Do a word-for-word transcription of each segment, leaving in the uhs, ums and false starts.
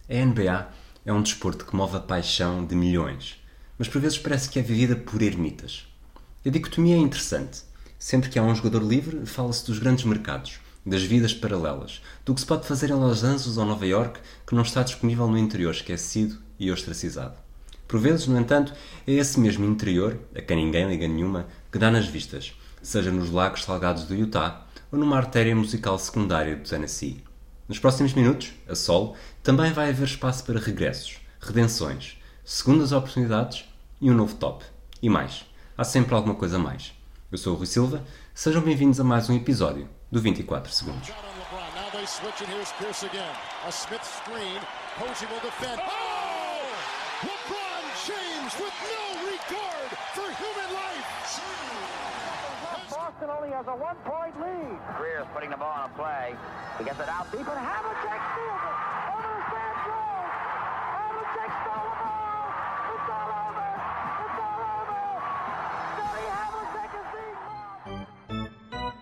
A N B A é um desporto que move a paixão de milhões, mas por vezes parece que é vivida por ermitas. A dicotomia é interessante. Sempre que há um jogador livre, fala-se dos grandes mercados, das vidas paralelas, do que se pode fazer em Los Angeles ou Nova York que não está disponível no interior, esquecido e ostracizado. Por vezes, no entanto, é esse mesmo interior, a quem ninguém liga nenhuma, que dá nas vistas, seja nos lagos salgados do Utah ou numa artéria musical secundária do Tennessee. Nos próximos minutos, a solo, também vai haver espaço para regressos, redenções, segundas oportunidades e um novo top. E mais. Há sempre alguma coisa a mais. Eu sou o Rui Silva, sejam bem-vindos a mais um episódio do vinte e quatro segundos. Boston only has a one-point lead. Greer's putting the ball on a play. He gets it out deep. But Havlicek steals it. Over the stand throws. Havlicek stole the ball. It's all over. It's all over. Johnny Havlicek is being mobbed.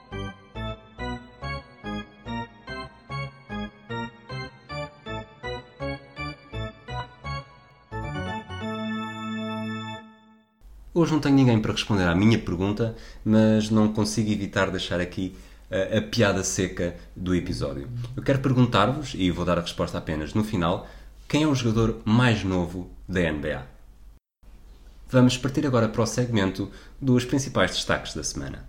Hoje não tenho ninguém para responder à minha pergunta, mas não consigo evitar deixar aqui a, a piada seca do episódio. Eu quero perguntar-vos, e vou dar a resposta apenas no final, quem é o jogador mais novo da N B A? Vamos partir agora para o segmento dos principais destaques da semana.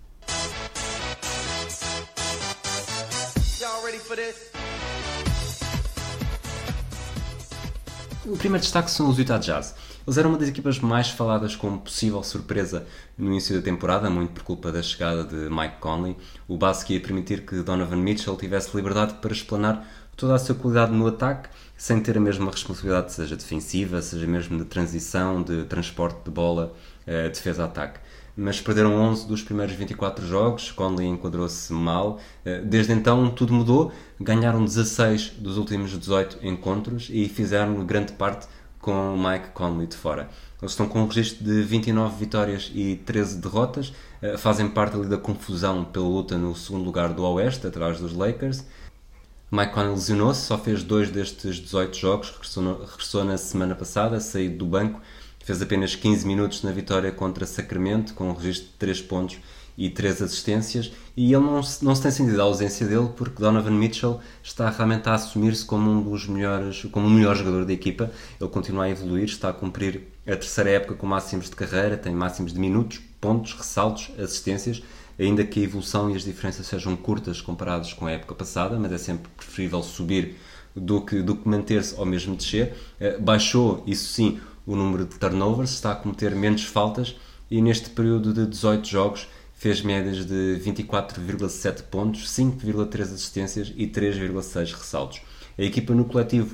O primeiro destaque são os Utah Jazz. Eles eram uma das equipas mais faladas como possível surpresa no início da temporada, muito por culpa da chegada de Mike Conley, o base que ia permitir que Donovan Mitchell tivesse liberdade para explanar toda a sua qualidade no ataque, sem ter a mesma responsabilidade, seja defensiva, seja mesmo de transição, de transporte de bola, defesa-ataque. Mas perderam onze dos primeiros vinte e quatro jogos, Conley enquadrou-se mal. Desde então tudo mudou, ganharam dezasseis dos últimos dezoito encontros e fizeram grande parte com Mike Conley de fora. Eles estão com um registro de vinte e nove vitórias e treze derrotas, fazem parte ali da confusão pela luta no segundo lugar do Oeste, atrás dos Lakers. Mike Conley lesionou-se, só fez dois destes dezoito jogos, regressou, no, regressou na semana passada, saído do banco, fez apenas quinze minutos na vitória contra Sacramento, com um registro de três pontos e três assistências, e ele não se, não se tem sentido a ausência dele, porque Donovan Mitchell está realmente a assumir-se como um dos melhores, como o melhor jogador da equipa. Ele continua a evoluir, está a cumprir a terceira época com máximos de carreira, tem máximos de minutos, pontos, ressaltos, assistências, ainda que a evolução e as diferenças sejam curtas comparadas com a época passada, mas é sempre preferível subir do que, do que manter-se ou mesmo descer. Baixou, isso sim, o número de turnovers, está a cometer menos faltas, e neste período de dezoito jogos fez médias de vinte e quatro vírgula sete pontos, cinco vírgula três assistências e três vírgula seis ressaltos. A equipa no coletivo,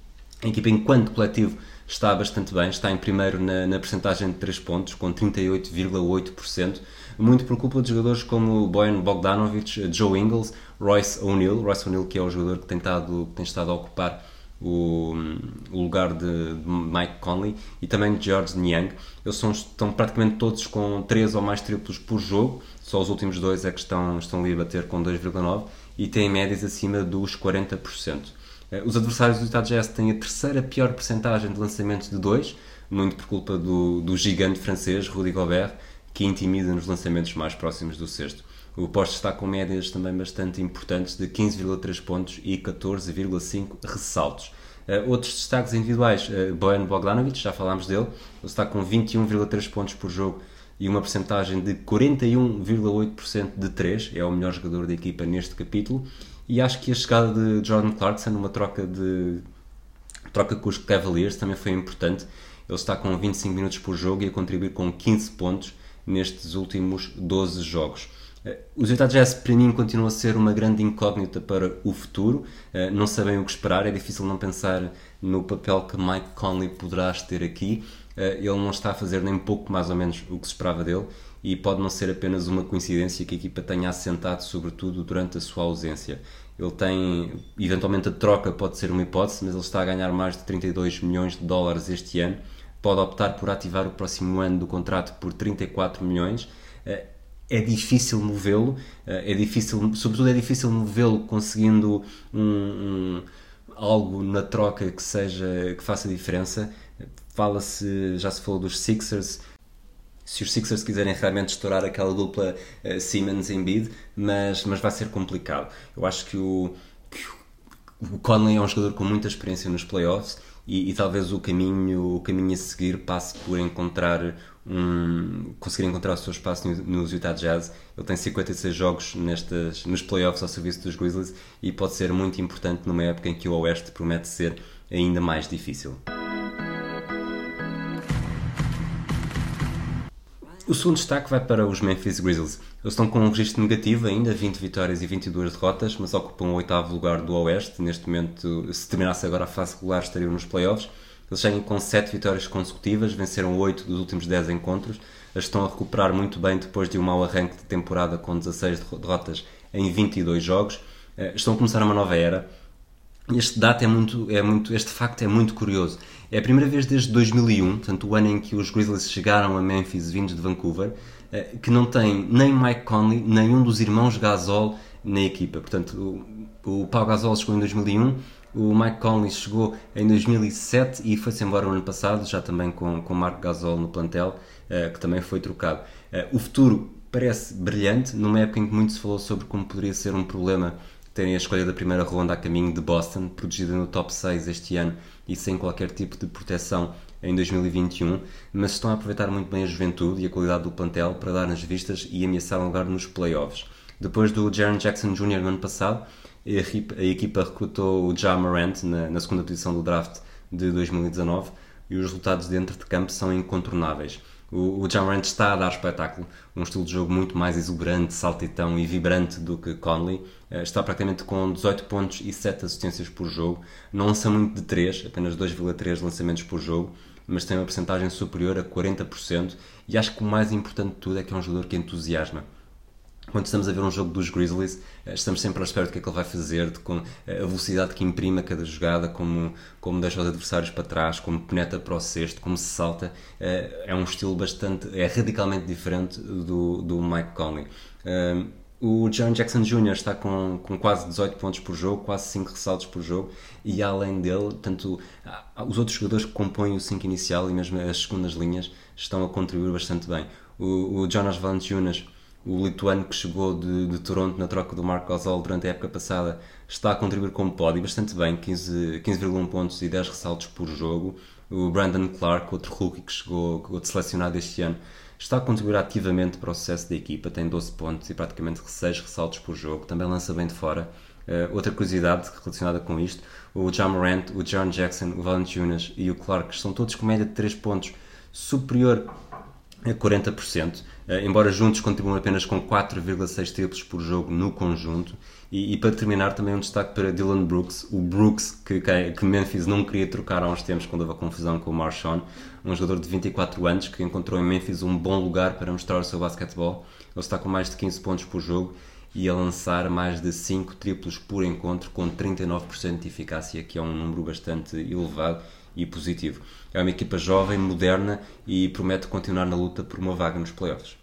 a equipa enquanto coletivo está bastante bem, está em primeiro na, na percentagem de três pontos, com trinta e oito vírgula oito por cento, muito por culpa de jogadores como Bojan Bogdanovic, Joe Ingles, Royce O'Neal, Royce O'Neal que é o jogador que tem estado, que tem estado a ocupar O, o lugar de Mike Conley, e também de Georges Niang. Eles são, estão praticamente todos com três ou mais triplos por jogo, só os últimos dois é que estão, estão ali a bater com dois vírgula nove e têm médias acima dos quarenta por cento. Os adversários do Utah Jazz têm a terceira pior percentagem de lançamentos de dois, muito por culpa do, do gigante francês Rudy Gobert, que intimida nos lançamentos mais próximos do cesto. O poste está com médias também bastante importantes de quinze vírgula três pontos e catorze vírgula cinco ressaltos. Uh, outros destaques individuais, uh, Bojan Bogdanovic, já falámos dele, ele está com vinte e um vírgula três pontos por jogo e uma percentagem de quarenta e um vírgula oito por cento de três, é o melhor jogador da equipa neste capítulo, e acho que a chegada de Jordan Clarkson, numa troca, de, troca com os Cavaliers, também foi importante. Ele está com vinte e cinco minutos por jogo e a contribuir com quinze pontos nestes últimos doze jogos. Os Utah Jazz, para mim, continuam a ser uma grande incógnita para o futuro. Não sabem o que esperar, é difícil não pensar no papel que Mike Conley poderá ter aqui. Ele não está a fazer nem pouco mais ou menos o que se esperava dele, e pode não ser apenas uma coincidência que a equipa tenha assentado, sobretudo durante a sua ausência. Ele tem, eventualmente a troca pode ser uma hipótese, mas ele está a ganhar mais de trinta e dois milhões de dólares este ano. Pode optar por ativar o próximo ano do contrato por trinta e quatro milhões. É difícil movê-lo, é difícil, sobretudo é difícil movê-lo conseguindo um, um, algo na troca que seja que faça diferença. Fala-se, já se falou dos Sixers, se os Sixers quiserem realmente estourar aquela dupla uh, Simmons-Embiid, mas, mas vai ser complicado. Eu acho que o, que o Conley é um jogador com muita experiência nos playoffs e, e talvez o caminho, o caminho a seguir passe por encontrar um, conseguir encontrar o seu espaço nos Utah Jazz. Ele tem cinquenta e seis jogos nestas, nos playoffs ao serviço dos Grizzlies e pode ser muito importante numa época em que o Oeste promete ser ainda mais difícil. O segundo destaque vai para os Memphis Grizzlies. Eles estão com um registro negativo ainda, vinte vitórias e vinte e duas derrotas, mas ocupam o oitavo lugar do Oeste. Neste momento, se terminasse agora a fase regular, estariam nos playoffs. Eles chegam com sete vitórias consecutivas, venceram oito dos últimos dez encontros. Eles estão a recuperar muito bem depois de um mau arranque de temporada com dezasseis derrotas em vinte e dois jogos. Estão a começar uma nova era. Este dado é muito, é muito, este facto é muito curioso. É a primeira vez desde dois mil e um, portanto, o ano em que os Grizzlies chegaram a Memphis vindos de Vancouver, que não tem nem Mike Conley, nem um dos irmãos Gasol na equipa. Portanto, o, o Pau Gasol chegou em dois mil e um, o Mike Conley chegou em dois mil e sete e foi-se embora no ano passado, já também com, com Marc Gasol no plantel, que também foi trocado. O futuro parece brilhante, numa época em que muito se falou sobre como poderia ser um problema terem a escolha da primeira ronda a caminho de Boston, protegida no top seis este ano e sem qualquer tipo de proteção em dois mil e vinte e um, mas estão a aproveitar muito bem a juventude e a qualidade do plantel para dar nas vistas e ameaçar um lugar nos playoffs. Depois do Jaren Jackson Júnior no ano passado, a equipa recrutou o Ja Morant na, na segunda posição do draft de dois mil e dezanove e os resultados dentro de campo são incontornáveis. O, o Ja Morant está a dar espetáculo, um estilo de jogo muito mais exuberante, saltitão e vibrante do que Conley. Está praticamente com dezoito pontos e sete assistências por jogo. Não lança muito de três, apenas dois vírgula três lançamentos por jogo, mas tem uma percentagem superior a quarenta por cento e acho que o mais importante de tudo é que é um jogador que entusiasma. Quando estamos a ver um jogo dos Grizzlies, estamos sempre à espera do que é que ele vai fazer, de, com a velocidade que imprime a cada jogada, como, como deixa os adversários para trás, como penetra para o cesto, como se salta. É um estilo bastante, é radicalmente diferente do, do Mike Conley. O Jaren Jackson Júnior está com, com quase dezoito pontos por jogo, quase cinco ressaltos por jogo, e além dele, tanto, os outros jogadores que compõem o cinco inicial e mesmo as segundas linhas estão a contribuir bastante bem. O, o Jonas Valanciunas, o lituano que chegou de, de Toronto na troca do Marc Gasol durante a época passada, está a contribuir como pode e bastante bem, quinze vírgula um pontos e dez ressaltos por jogo. O Brandon Clark, outro rookie que chegou, outro selecionado este ano, está a contribuir ativamente para o sucesso da equipa, tem doze pontos e praticamente seis ressaltos por jogo, também lança bem de fora. Uh, outra curiosidade relacionada com isto, o Ja Morant, o Jaren Jackson, o Valanciunas e o Clark são todos com média de três pontos superior a quarenta por cento, uh, embora juntos contribuam apenas com quatro vírgula seis triplos por jogo no conjunto. E, e para terminar, também um destaque para Dillon Brooks, o Brooks que, que Memphis não queria trocar há uns tempos quando houve a confusão com o Marshawn, um jogador de vinte e quatro anos que encontrou em Memphis um bom lugar para mostrar o seu basquetebol. Ele está com mais de quinze pontos por jogo e a lançar mais de cinco triplos por encontro com trinta e nove por cento de eficácia, que é um número bastante elevado e positivo. É uma equipa jovem, moderna e promete continuar na luta por uma vaga nos playoffs.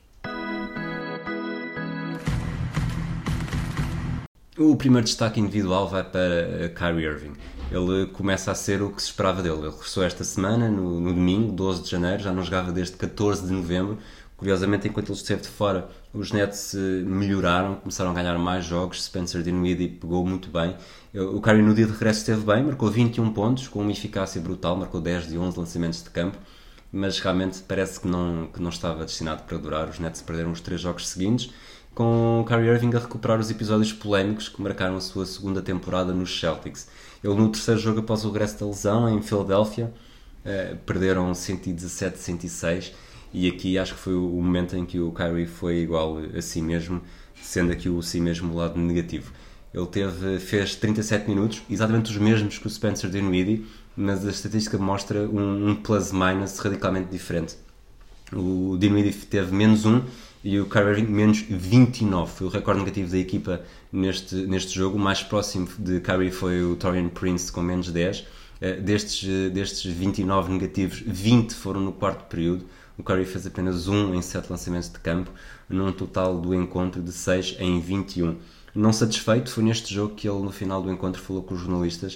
O primeiro destaque individual vai para Kyrie Irving. Ele começa a ser o que se esperava dele. Ele regressou esta semana, no, no domingo, doze de janeiro, já não jogava desde catorze de novembro. Curiosamente, enquanto ele esteve de fora, os Nets melhoraram, começaram a ganhar mais jogos. Spencer Dinwiddie pegou muito bem. O Kyrie no dia de regresso esteve bem, marcou vinte e um pontos, com uma eficácia brutal, marcou dez de onze lançamentos de campo, mas realmente parece que não, que não estava destinado para durar. Os Nets perderam os três jogos seguintes, com o Kyrie Irving a recuperar os episódios polémicos que marcaram a sua segunda temporada nos Celtics. Ele no terceiro jogo após o regresso da lesão, em Filadélfia, eh, perderam cento e dezassete a cento e seis, e aqui acho que foi o momento em que o Kyrie foi igual a si mesmo, sendo aqui o si mesmo o lado negativo. Ele teve, fez trinta e sete minutos, exatamente os mesmos que o Spencer Dinwiddie, mas a estatística mostra um, um plus-minus radicalmente diferente. O Dinwiddie teve menos um e o Kyrie Irving menos vinte e nove. Foi o recorde negativo da equipa neste, neste jogo. O mais próximo de Kyrie foi o Taurean Prince com menos dez. Destes, destes vinte e nove negativos, vinte foram no quarto período. O Kyrie fez apenas um em sete lançamentos de campo, num total do encontro de seis em vinte e um. Não satisfeito, foi neste jogo que ele no final do encontro falou com os jornalistas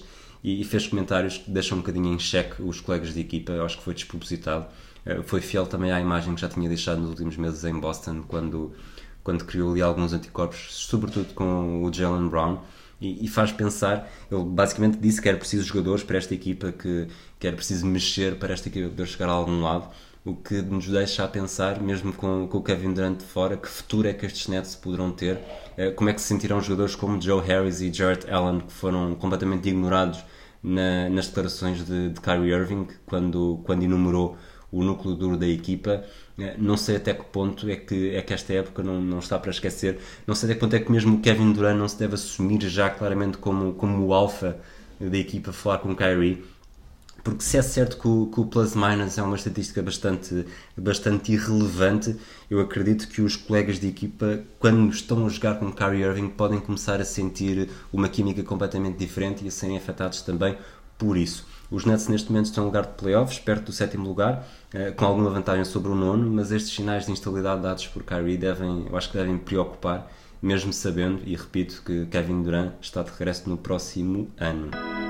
e, e fez comentários que deixam um bocadinho em xeque os colegas de equipa. Eu acho que foi despropositado. Uh, foi fiel também à imagem que já tinha deixado nos últimos meses em Boston, quando, quando criou ali alguns anticorpos, sobretudo com o Jaylen Brown. E, e faz pensar, ele basicamente disse que era preciso jogadores para esta equipa, que, que era preciso mexer para esta equipa poder chegar a algum lado, o que nos deixa a pensar, mesmo com, com o Kevin Durant de fora, que futuro é que estes Nets poderão ter, como é que se sentirão jogadores como Joe Harris e Jarrett Allen, que foram completamente ignorados na, nas declarações de, de Kyrie Irving, quando, quando enumerou o núcleo duro da equipa. Não sei até que ponto é que, é que esta época não, não está para esquecer. Não sei até que ponto é que mesmo o Kevin Durant não se deve assumir já claramente como, como o alfa da equipa, falar com o Kyrie, porque se é certo que o, que o plus-minus é uma estatística bastante, bastante irrelevante, eu acredito que os colegas de equipa, quando estão a jogar com o Kyrie Irving, podem começar a sentir uma química completamente diferente e a serem afetados também por isso. Os Nets neste momento estão em lugar de playoffs, perto do sétimo lugar, com alguma vantagem sobre o nono, mas estes sinais de instabilidade dados por Kyrie devem, eu acho que devem preocupar, mesmo sabendo, e repito, que Kevin Durant está de regresso no próximo ano.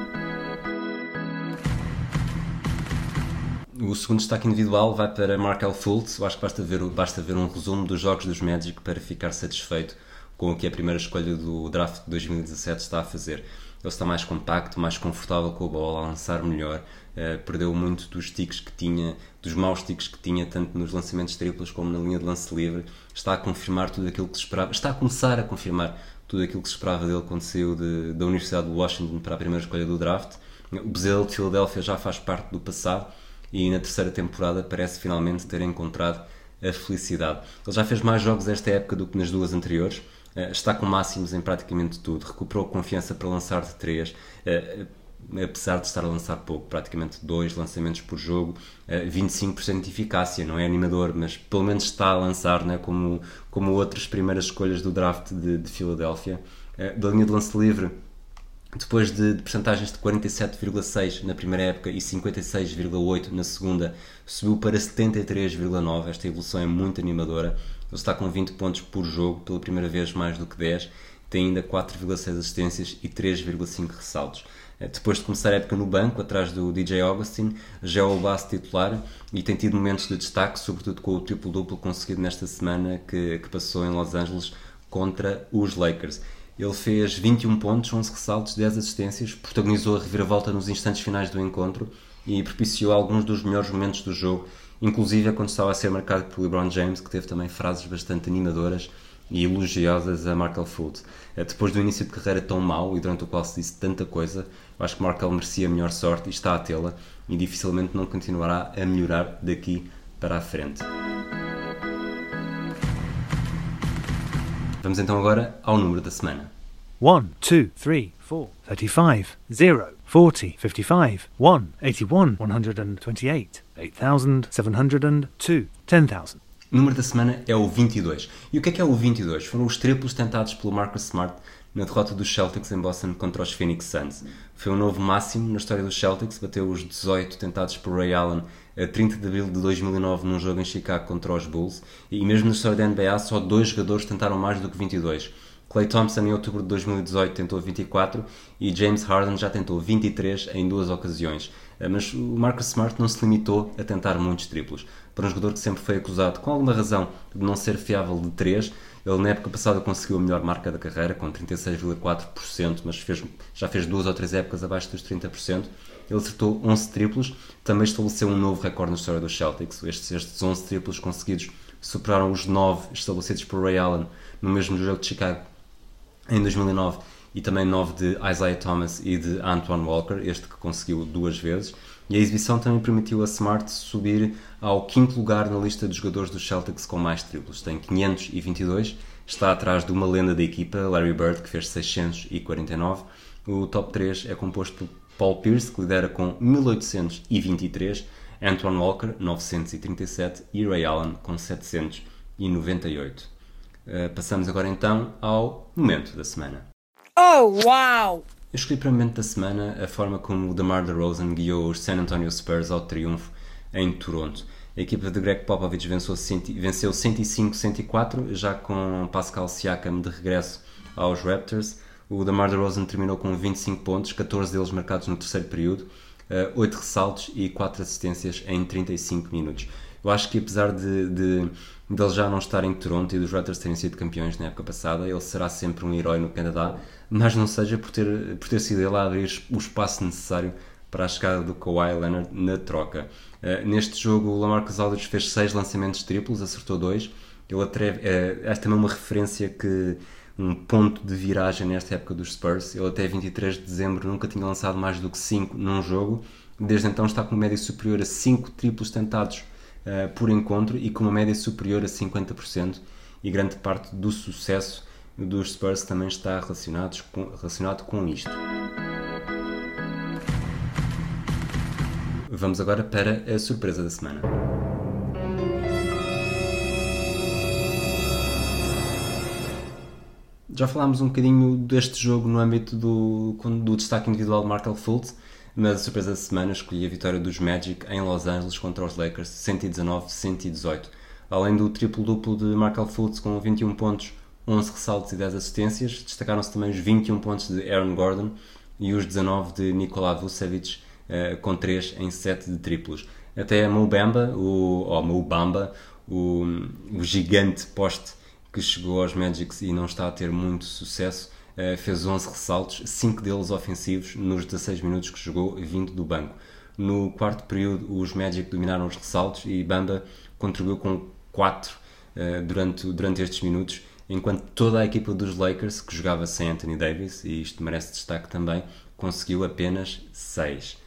O segundo destaque individual vai para Markelle Fultz. Eu acho que basta ver, basta ver um resumo dos jogos dos Magic para ficar satisfeito com o que a primeira escolha do draft de dois mil e dezassete está a fazer. Ele está mais compacto, mais confortável com a bola, a lançar melhor, uh, perdeu muito dos tiques que tinha, dos maus tiques que tinha, tanto nos lançamentos triplos como na linha de lance livre. Está a confirmar tudo aquilo que se esperava, está a começar a confirmar tudo aquilo que se esperava dele quando saiu de, da Universidade de Washington para a primeira escolha do draft. O Bezerro de Filadélfia já faz parte do passado e na terceira temporada parece finalmente ter encontrado a felicidade. Ele já fez mais jogos esta época do que nas duas anteriores. Está com máximos em praticamente tudo, recuperou confiança para lançar de três, apesar de estar a lançar pouco, praticamente dois lançamentos por jogo, vinte e cinco por cento de eficácia, não é animador, mas pelo menos está a lançar, não é? como, como outras primeiras escolhas do draft de, de Filadélfia. Da linha de lance livre, depois de, de percentagens de quarenta e sete vírgula seis na primeira época e cinquenta e seis vírgula oito na segunda, subiu para setenta e três vírgula nove. Esta evolução é muito animadora. Ele está com vinte pontos por jogo, pela primeira vez mais do que dez, tem ainda quatro vírgula seis assistências e três vírgula cinco ressaltos. Depois de começar a época no banco, atrás do D J Augustin, já é o base titular e tem tido momentos de destaque, sobretudo com o triplo-duplo conseguido nesta semana que, que passou em Los Angeles contra os Lakers. Ele fez vinte e um pontos, onze ressaltos, dez assistências, protagonizou a reviravolta nos instantes finais do encontro e propiciou alguns dos melhores momentos do jogo, inclusive quando estava a ser marcado por LeBron James, que teve também frases bastante animadoras e elogiosas a Markelle Fultz. Depois do início de carreira tão mau e durante o qual se disse tanta coisa, eu acho que Markelle merecia a melhor sorte e está a tê-la e dificilmente não continuará a melhorar daqui para a frente. Vamos então agora ao número da semana. one, two, three, four, thirty-five, zero, forty, fifty-five, one, eighty-one, one hundred twenty-eight, eight thousand seven hundred two, ten thousand. O número da semana é o vinte e dois. E o que é que é o vinte e dois? Foram os triplos tentados pelo Marcus Smart na derrota dos Celtics em Boston contra os Phoenix Suns. Foi um novo máximo na história dos Celtics, bateu os dezoito tentados por Ray Allen a trinta de abril de dois mil e nove num jogo em Chicago contra os Bulls, e mesmo na história da N B A só dois jogadores tentaram mais do que vinte e dois. Klay Thompson em outubro de dois mil e dezoito tentou vinte e quatro e James Harden já tentou vinte e três em duas ocasiões. Mas o Marcus Smart não se limitou a tentar muitos triplos. Para um jogador que sempre foi acusado, com alguma razão, de não ser fiável de três, ele na época passada conseguiu a melhor marca da carreira, com trinta e seis vírgula quatro por cento, mas fez, já fez duas ou três épocas abaixo dos trinta por cento. Ele acertou onze triplos, também estabeleceu um novo recorde na história dos Celtics. Estes, estes onze triplos conseguidos superaram os nove estabelecidos por Ray Allen no mesmo jogo de Chicago em dois mil e nove, e também nove de Isaiah Thomas e de Antoine Walker, este que conseguiu duas vezes. E a exibição também permitiu a Smart subir ao quinto lugar na lista dos jogadores dos Celtics com mais triplos. Tem quinhentos e vinte e dois, está atrás de uma lenda da equipa, Larry Bird, que fez seiscentos e quarenta e nove. O top três é composto por Paul Pierce, que lidera com mil oitocentos e vinte e três, Antoine Walker, novecentos e trinta e sete e Ray Allen com setecentos e noventa e oito. Uh, passamos agora então ao momento da semana. Oh, wow! Eu escolhi para o momento da semana a forma como o DeMar DeRozan guiou os San Antonio Spurs ao triunfo em Toronto. A equipa de Greg Popovich venceu, cento e cinco a cento e quatro, já com Pascal Siakam de regresso aos Raptors. O DeMar DeRozan terminou com vinte e cinco pontos, catorze deles marcados no terceiro período, oito ressaltos e quatro assistências em trinta e cinco minutos. Eu acho que apesar de, de, de ele já não estar em Toronto e dos Raptors terem sido campeões na época passada, ele será sempre um herói no Canadá, mas não seja por ter, por ter sido ele a abrir o espaço necessário para a chegada do Kawhi Leonard na troca. Uh, neste jogo, o LaMarcus Aldridge fez seis lançamentos triplos, acertou dois. Ele atreve, uh, esta também é uma referência que um ponto de viragem nesta época dos Spurs. Ele até vinte e três de dezembro nunca tinha lançado mais do que cinco num jogo. Desde então está com uma média superior a cinco triplos tentados uh, por encontro e com uma média superior a cinquenta por cento, e grande parte do sucesso dos Spurs também está relacionado com, relacionado com isto. Vamos agora para a surpresa da semana. Já falámos um bocadinho deste jogo no âmbito do, do destaque individual de Markelle Fultz, mas a surpresa da semana escolhi a vitória dos Magic em Los Angeles contra os Lakers, cento e dezanove a cento e dezoito. Além do triplo-duplo de Markelle Fultz com vinte e um pontos, onze ressaltos e dez assistências, destacaram-se também os vinte e um pontos de Aaron Gordon e os dezanove de Nikola Vucevic, Uh, com três em sete de triplos. Até Mo Bamba, o, oh, Mo Bamba, o, o gigante poste que chegou aos Magics e não está a ter muito sucesso, uh, fez onze ressaltos, cinco deles ofensivos, nos dezasseis minutos que jogou, vindo do banco. No quarto período, os Magic dominaram os ressaltos e Bamba contribuiu com quatro uh, durante, durante estes minutos, enquanto toda a equipa dos Lakers, que jogava sem Anthony Davis, e isto merece destaque também, conseguiu apenas seis.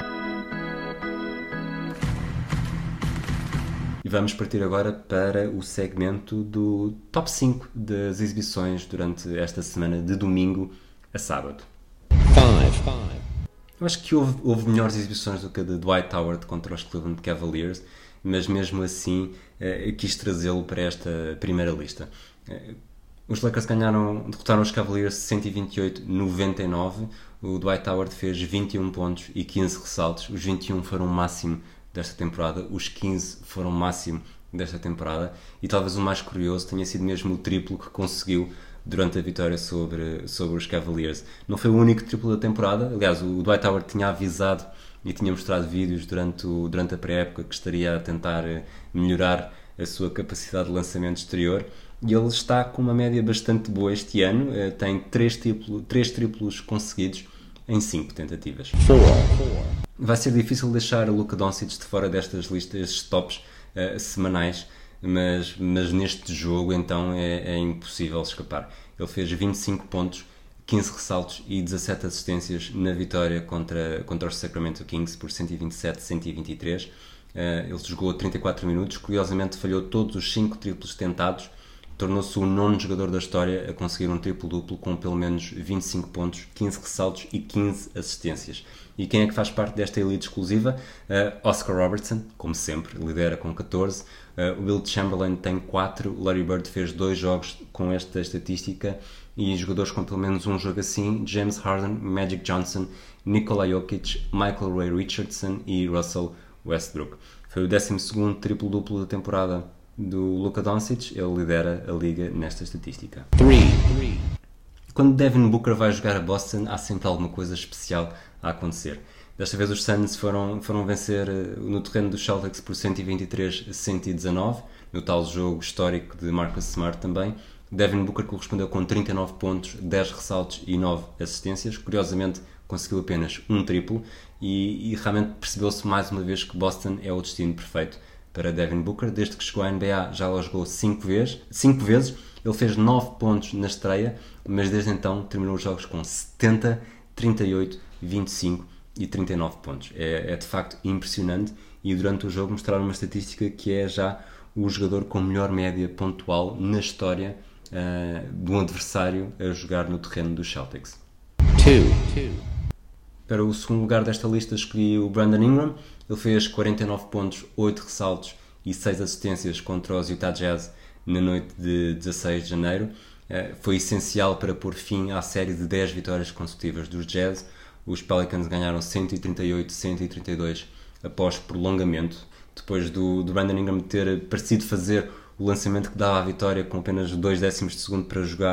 E vamos partir agora para o segmento do top cinco das exibições durante esta semana de domingo a sábado. Five. Five. Eu acho que houve, houve melhores exibições do que a de Dwight Howard contra os Cleveland Cavaliers, mas mesmo assim eh, quis trazê-lo para esta primeira lista. Eh, Os Lakers ganharam, derrotaram os Cavaliers cento e vinte e oito a noventa e nove. O Dwight Howard fez vinte e um pontos e quinze ressaltos. Os vinte e um foram o máximo desta temporada, os quinze foram o máximo desta temporada, e talvez o mais curioso tenha sido mesmo o triplo que conseguiu durante a vitória sobre, sobre os Cavaliers. Não foi o único triplo da temporada. Aliás, o Dwight Howard tinha avisado e tinha mostrado vídeos durante, o, durante a pré-época que estaria a tentar melhorar a sua capacidade de lançamento exterior, e ele está com uma média bastante boa este ano. Tem três, triplo, três triplos conseguidos em cinco tentativas. Four. Four. Vai ser difícil deixar o Luka Doncic de fora destas listas, estes tops uh, semanais, mas, mas neste jogo então é, é impossível escapar. Ele fez vinte e cinco pontos, quinze ressaltos e dezassete assistências na vitória contra, contra os Sacramento Kings por cento e vinte e sete a cento e vinte e três. Uh, ele jogou trinta e quatro minutos, curiosamente falhou todos os cinco triplos tentados, tornou-se o nono jogador da história a conseguir um triplo-duplo com pelo menos vinte e cinco pontos, quinze ressaltos e quinze assistências. E quem é que faz parte desta elite exclusiva? Uh, Oscar Robertson, como sempre, lidera com catorze. Uh, Wilt Chamberlain tem quatro. Larry Bird fez dois jogos com esta estatística. E jogadores com pelo menos um jogo assim: James Harden, Magic Johnson, Nikola Jokic, Michael Ray Richardson e Russell Westbrook. Foi o décimo segundo triplo-duplo da temporada do Luka Doncic. Ele lidera a liga nesta estatística. Three. Three. Quando Devin Booker vai jogar a Boston, há sempre alguma coisa especial a acontecer. Desta vez os Suns foram, foram vencer no terreno dos Celtics por cento e vinte e três a cento e dezanove, no tal jogo histórico de Marcus Smart também. Devin Booker correspondeu com trinta e nove pontos, dez ressaltos e nove assistências. Curiosamente, conseguiu apenas um triplo e, e realmente percebeu-se mais uma vez que Boston é o destino perfeito para Devin Booker. Desde que chegou à N B A já lá jogou cinco vezes, cinco vezes. Ele fez nove pontos na estreia, mas desde então terminou os jogos com setenta, trinta e oito, vinte e cinco e trinta e nove pontos. É, é de facto impressionante, e durante o jogo mostraram uma estatística que é já o jogador com melhor média pontual na história uh, de um adversário a jogar no terreno dos Celtics. Two. Two. Para o segundo lugar desta lista escolhi o Brandon Ingram. Ele fez quarenta e nove pontos, oito ressaltos e seis assistências contra os Utah Jazz na noite de dezasseis de janeiro. Foi essencial para pôr fim à série de dez vitórias consecutivas dos Jazz. Os Pelicans ganharam cento e trinta e oito a cento e trinta e dois após prolongamento, depois do, do Brandon Ingram ter parecido fazer o lançamento que dava a vitória com apenas dois décimos de segundo para jogar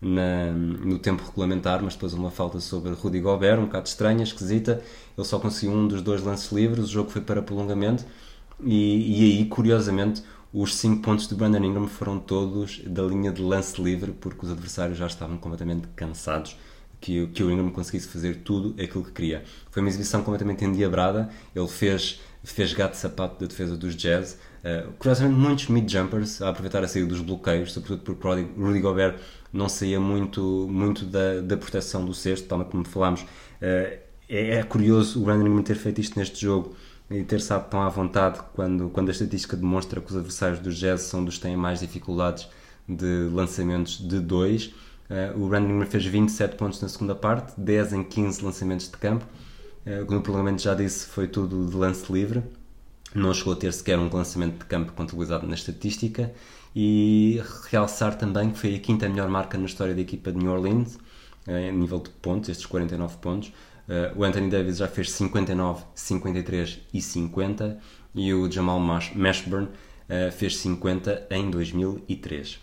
na, no tempo regulamentar, mas depois uma falta sobre Rudy Gobert, um bocado estranha, esquisita. Ele só conseguiu um dos dois lances livres, o jogo foi para prolongamento e, e aí, curiosamente, os cinco pontos de Brandon Ingram foram todos da linha de lance livre, porque os adversários já estavam completamente cansados que, que o Ingram conseguisse fazer tudo aquilo que queria. Foi uma exibição completamente endiabrada, ele fez, fez gato de sapato da defesa dos Jazz. Uh, curiosamente, muitos mid-jumpers a aproveitar a saída dos bloqueios, sobretudo porque Rudy, Rudy Gobert não saía muito, muito da, da proteção do cesto, tal como falámos. Uh, é, é curioso o Brandon Ingram ter feito isto neste jogo e ter estado tão à vontade quando, quando a estatística demonstra que os adversários dos Jazz são dos que têm mais dificuldades de lançamentos de dois. Uh, o Brandon Ingram fez vinte e sete pontos na segunda parte, dez em quinze lançamentos de campo. Uh, no prolongamento, já disse, foi tudo de lance livre. Não chegou a ter sequer um lançamento de campo contabilizado na estatística. E realçar também que foi a quinta melhor marca na história da equipa de New Orleans, a nível de pontos, estes quarenta e nove pontos. Uh, o Anthony Davis já fez cinquenta e nove, cinquenta e três e cinquenta e o Jamal Mashburn uh, fez cinquenta em dois mil e três.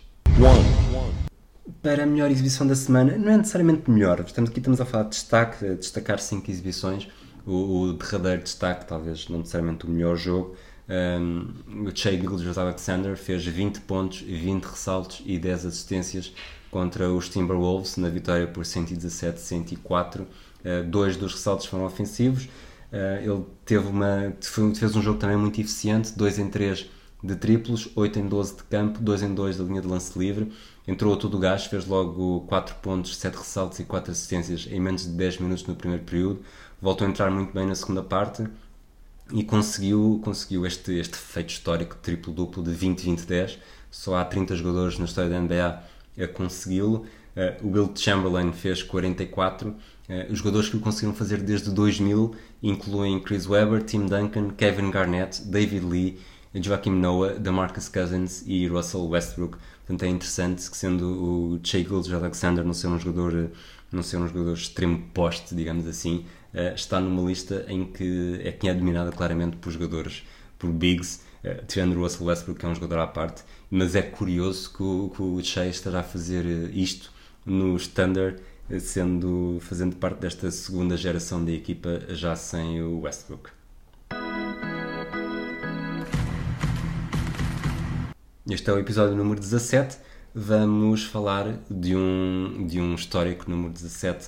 Para a melhor exibição da semana, não é necessariamente melhor, estamos aqui estamos a falar de destaque, a destacar cinco exibições. O, o derradeiro destaque, talvez não necessariamente o melhor jogo, um, o Shai Gilgeous-Alexander fez vinte pontos, vinte ressaltos e dez assistências contra os Timberwolves na vitória por cento e dezassete a cento e quatro. Uh, dois dos ressaltos foram ofensivos. Uh, ele teve uma, fez um jogo também muito eficiente, dois em três de triplos, oito em doze de campo, dois em dois da linha de lance livre. Entrou a todo o gás, fez logo quatro pontos, sete ressaltos e quatro assistências em menos de dez minutos no primeiro período. Voltou a entrar muito bem na segunda parte e conseguiu, conseguiu este, este feito histórico de triplo-duplo de vinte vinte dez. Só há trinta jogadores na história da N B A a consegui-lo. Uh, o Wilt Chamberlain fez quarenta e quatro. Uh, os jogadores que o conseguiram fazer desde dois mil incluem Chris Webber, Tim Duncan, Kevin Garnett, David Lee, Joakim Noah, DeMarcus Cousins e Russell Westbrook. Portanto, é interessante que, sendo o Shai Gilgeous-Alexander não ser um jogador, não ser um jogador extremo poste, digamos assim, uh, está numa lista em que é, que é dominada claramente por jogadores, por bigs, uh, tirando o Russell Westbrook, que é um jogador à parte. Mas é curioso que o, que o Shai esteja a fazer isto no Thunder, sendo, fazendo parte desta segunda geração da equipa, já sem o Westbrook. Este é o episódio número dezassete. Vamos falar de um, de um histórico número dezassete.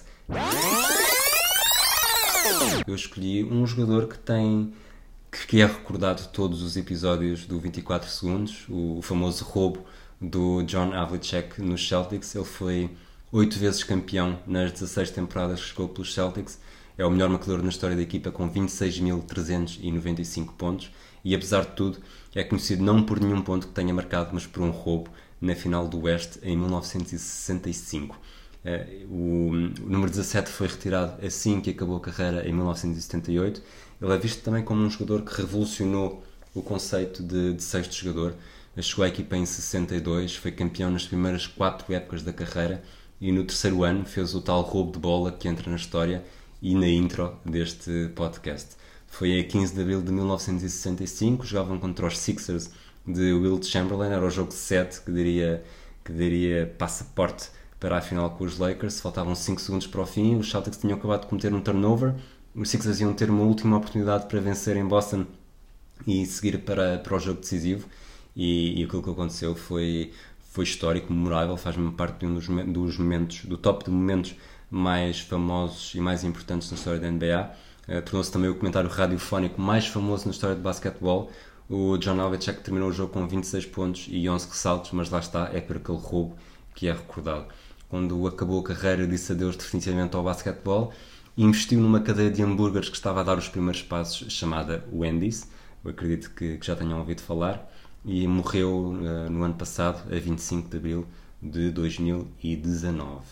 Eu escolhi um jogador que tem que é recordado todos os episódios do vinte e quatro segundos, o famoso roubo do John Havlicek nos Celtics. Ele foi oito vezes campeão nas dezasseis temporadas que jogou pelos Celtics. É o melhor marcador na história da equipa, com vinte e seis mil trezentos e noventa e cinco pontos. E apesar de tudo, é conhecido não por nenhum ponto que tenha marcado, mas por um roubo na final do Oeste em mil novecentos e sessenta e cinco. Uh, o, o número dezassete foi retirado assim que acabou a carreira em mil novecentos e setenta e oito. Ele é visto também como um jogador que revolucionou o conceito de, de sexto jogador. Chegou à equipa em sessenta e dois, foi campeão nas primeiras quatro épocas da carreira e no terceiro ano fez o tal roubo de bola que entra na história e na intro deste podcast. Foi a quinze de abril de mil novecentos e sessenta e cinco, jogavam contra os Sixers de Wilt Chamberlain, era o jogo sete que daria, que daria passaporte para a final com os Lakers. Faltavam cinco segundos para o fim, os Celtics tinham acabado de cometer um turnover, os Sixers iam ter uma última oportunidade para vencer em Boston e seguir para, para o jogo decisivo, e, e aquilo que aconteceu foi, foi histórico, memorável, faz-me parte de um dos, dos momentos, do top de momentos mais famosos e mais importantes na história da N B A. Uh, tornou-se também o comentário radiofónico mais famoso na história de basquetebol. O John Havlicek terminou o jogo com vinte e seis pontos e onze ressaltos, mas lá está, é por aquele roubo que é recordado. Quando acabou a carreira, disse adeus definitivamente ao basquetebol e investiu numa cadeia de hambúrgueres que estava a dar os primeiros passos, chamada Wendy's. Eu acredito que, que já tenham ouvido falar. E morreu uh, no ano passado, a vinte e cinco de abril de dois mil e dezanove.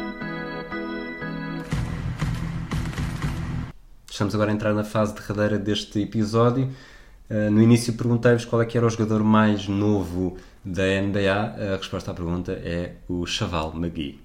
Estamos agora a entrar na fase derradeira deste episódio. Uh, no início perguntei-vos qual é que era o jogador mais novo da N B A. A resposta à pergunta é o Chaval McGee.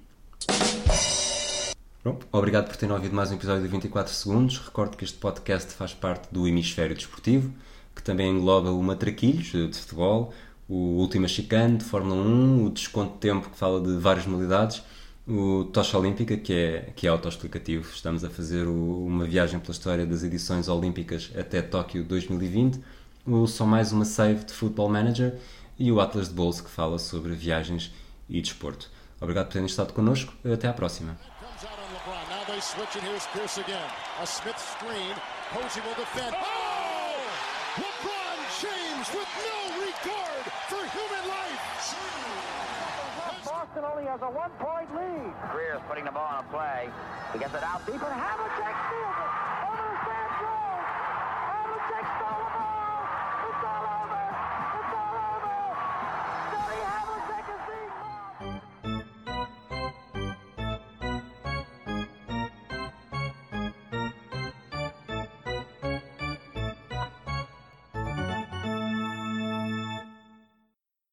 Bom, obrigado por terem ouvido mais um episódio de vinte e quatro segundos. Recordo que este podcast faz parte do Hemisfério Desportivo, que também engloba o Matraquilhos, de futebol, o Última Chicane, de Fórmula um, o Desconto de Tempo, que fala de várias modalidades, O Tocha Olímpica, que é, que é autoexplicativo. Estamos a fazer o, uma viagem pela história das edições olímpicas até Tóquio dois mil e vinte. O Só Mais Uma Save de Football Manager e o Atlas de Bolso, que fala sobre viagens e desporto. Obrigado por terem estado connosco. Até à próxima. Comes out on LeBron. Now they switch and here's Pierce again. A Smith screen. Posey will defend. Oh! LeBron James with no regard for human life. Boston only has a one-point lead. Greer's putting the ball on a play. He gets it out deep, and Havlicek steals it.